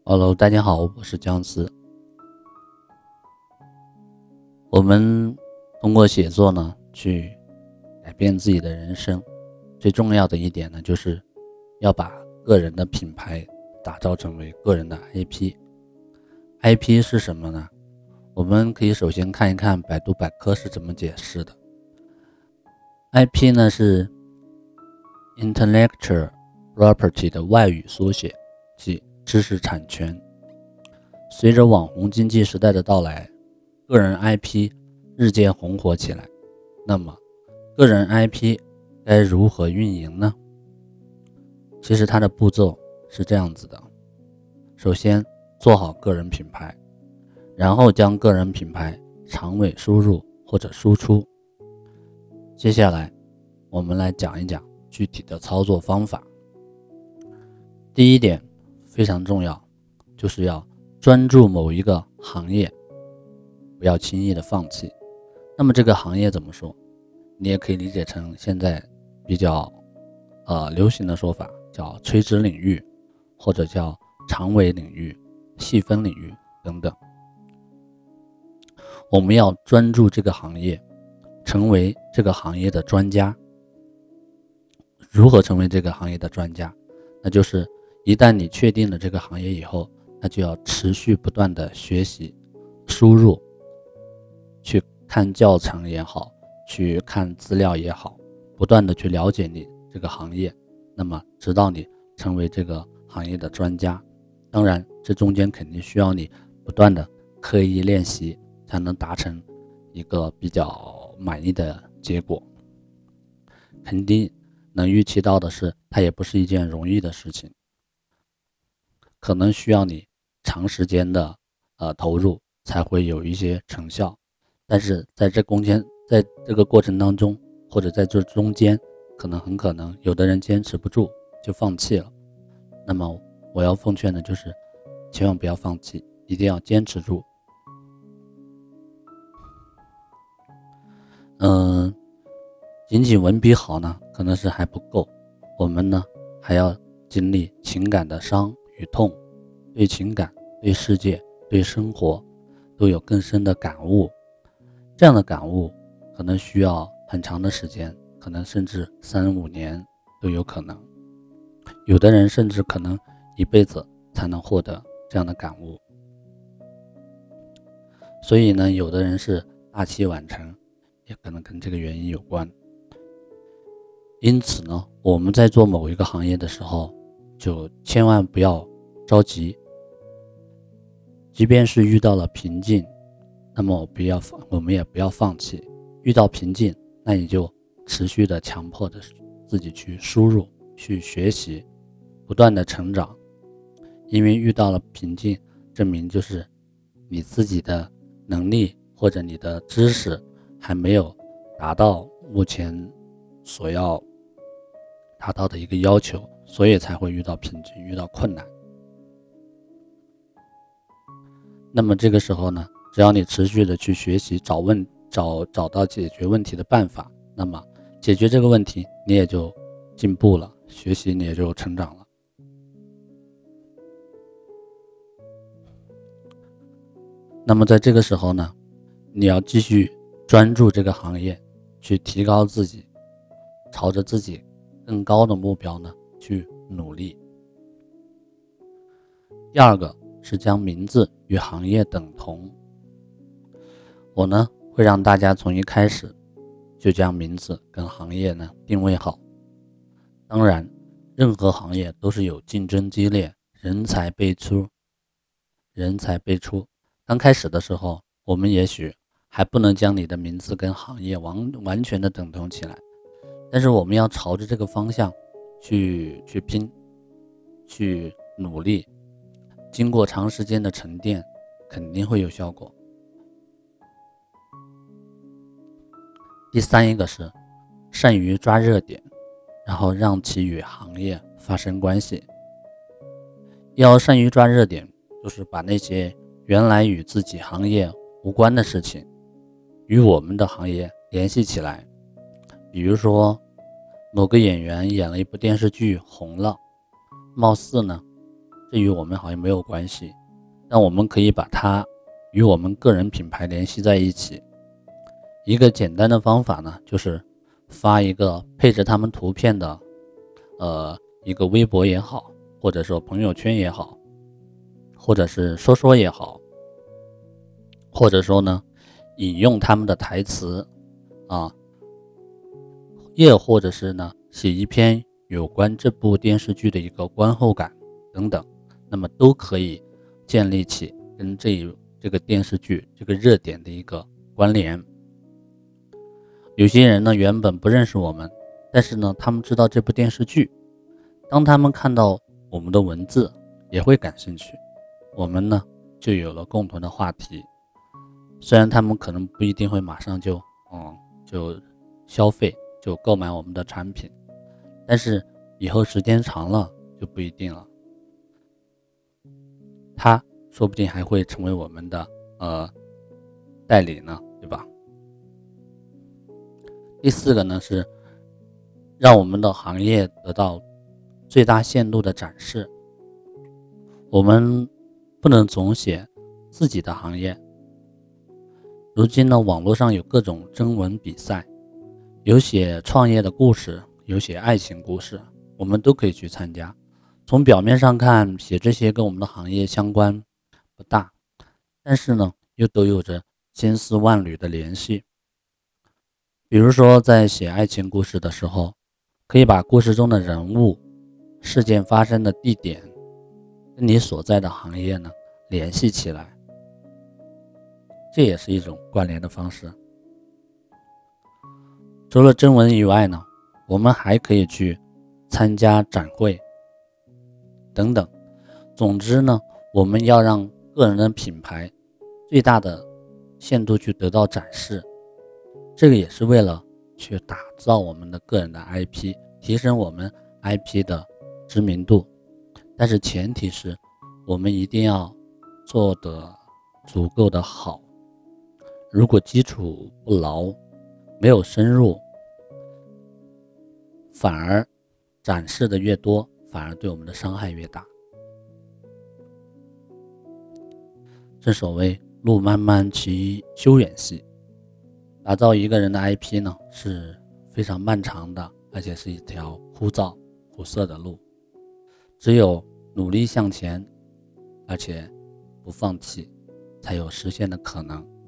Hello，大家好，我是姜思。我们通过写作呢，去改变自己的人生。最重要的一点呢，就是要把个人的品牌打造成为个人的 IP。IP 是什么呢？我们可以首先看一看百度百科是怎么解释的。IP 呢是 Intellectual Property 的外语缩写，即知识产权。随着网红经济时代的到来，个人 IP 日渐红火起来。那么，个人 IP 该如何运营呢？其实它的步骤是这样子的：首先，做好个人品牌，然后将个人品牌长尾输入或者输出。接下来，我们来讲一讲具体的操作方法。第一点非常重要，就是要专注某一个行业，不要轻易的放弃。那么这个行业怎么说？你也可以理解成现在比较流行的说法，叫垂直领域，或者叫长尾领域、细分领域等等。我们要专注这个行业，成为这个行业的专家。如何成为这个行业的专家？那就是一旦你确定了这个行业以后，那就要持续不断的学习、输入，去看教程也好，去看资料也好，不断的去了解你这个行业，那么直到你成为这个行业的专家。当然，这中间肯定需要你不断的刻意练习，才能达成一个比较满意的结果。肯定能预期到的是，它也不是一件容易的事情，可能需要你长时间的投入才会有一些成效。但是在这个过程当中，或者在这中间，很可能有的人坚持不住就放弃了。那么我要奉劝的就是千万不要放弃，一定要坚持住。仅仅文笔好呢，可能是还不够，我们呢还要经历情感的伤与痛，对情感、对世界、对生活都有更深的感悟。这样的感悟可能需要很长的时间，可能甚至3-5年都有可能。有的人甚至可能一辈子才能获得这样的感悟。所以呢，有的人是大器晚成，也可能跟这个原因有关。因此呢，我们在做某一个行业的时候，就千万不要着急，即便是遇到了瓶颈，那么我们也不要放弃。遇到瓶颈，那你就持续的强迫的自己去输入、去学习，不断的成长。因为遇到了瓶颈，证明就是你自己的能力或者你的知识还没有达到目前所要达到的一个要求，所以才会遇到瓶颈、遇到困难。那么这个时候呢，只要你持续的去学习，找到解决问题的办法，那么解决这个问题，你也就进步了，学习你也就成长了。那么在这个时候呢，你要继续专注这个行业，去提高自己，朝着自己更高的目标呢去努力。第二个是将名字与行业等同。我呢会让大家从一开始就将名字跟行业呢定位好。当然，任何行业都是有竞争激烈，人才辈出。刚开始的时候，我们也许还不能将你的名字跟行业完全的等同起来，但是我们要朝着这个方向去拼，去努力，经过长时间的沉淀，肯定会有效果。第三一个是善于抓热点，然后让其与行业发生关系。要善于抓热点，就是把那些原来与自己行业无关的事情与我们的行业联系起来。比如说某个演员演了一部电视剧红了，貌似呢这与我们好像没有关系，但我们可以把它与我们个人品牌联系在一起。一个简单的方法呢，就是发一个配着他们图片的一个微博也好，或者说朋友圈也好，或者是说也好，或者说呢引用他们的台词也或者是呢写一篇有关这部电视剧的一个观后感等等，那么都可以建立起跟这个电视剧这个热点的一个关联。有些人呢原本不认识我们，但是呢他们知道这部电视剧，当他们看到我们的文字也会感兴趣，我们呢就有了共同的话题。虽然他们可能不一定会马上就消费就购买我们的产品，但是以后时间长了就不一定了，他说不定还会成为我们的代理呢，对吧？第四个呢是让我们的行业得到最大限度的展示。我们不能总写自己的行业，如今呢网络上有各种征文比赛，有写创业的故事，有写爱情故事，我们都可以去参加。从表面上看，写这些跟我们的行业相关不大，但是呢又都有着千丝万缕的联系。比如说在写爱情故事的时候，可以把故事中的人物、事件发生的地点跟你所在的行业呢联系起来，这也是一种关联的方式。除了征文以外呢，我们还可以去参加展会等等。总之呢，我们要让个人的品牌最大的限度去得到展示，这个也是为了去打造我们的个人的 IP， 提升我们 IP 的知名度。但是前提是我们一定要做得足够的好，如果基础不牢，没有深入，反而展示的越多，反而对我们的伤害越大。正所谓路漫漫其修远兮，打造一个人的 IP 呢是非常漫长的，而且是一条枯燥苦涩的路，只有努力向前，而且不放弃，才有实现的可能。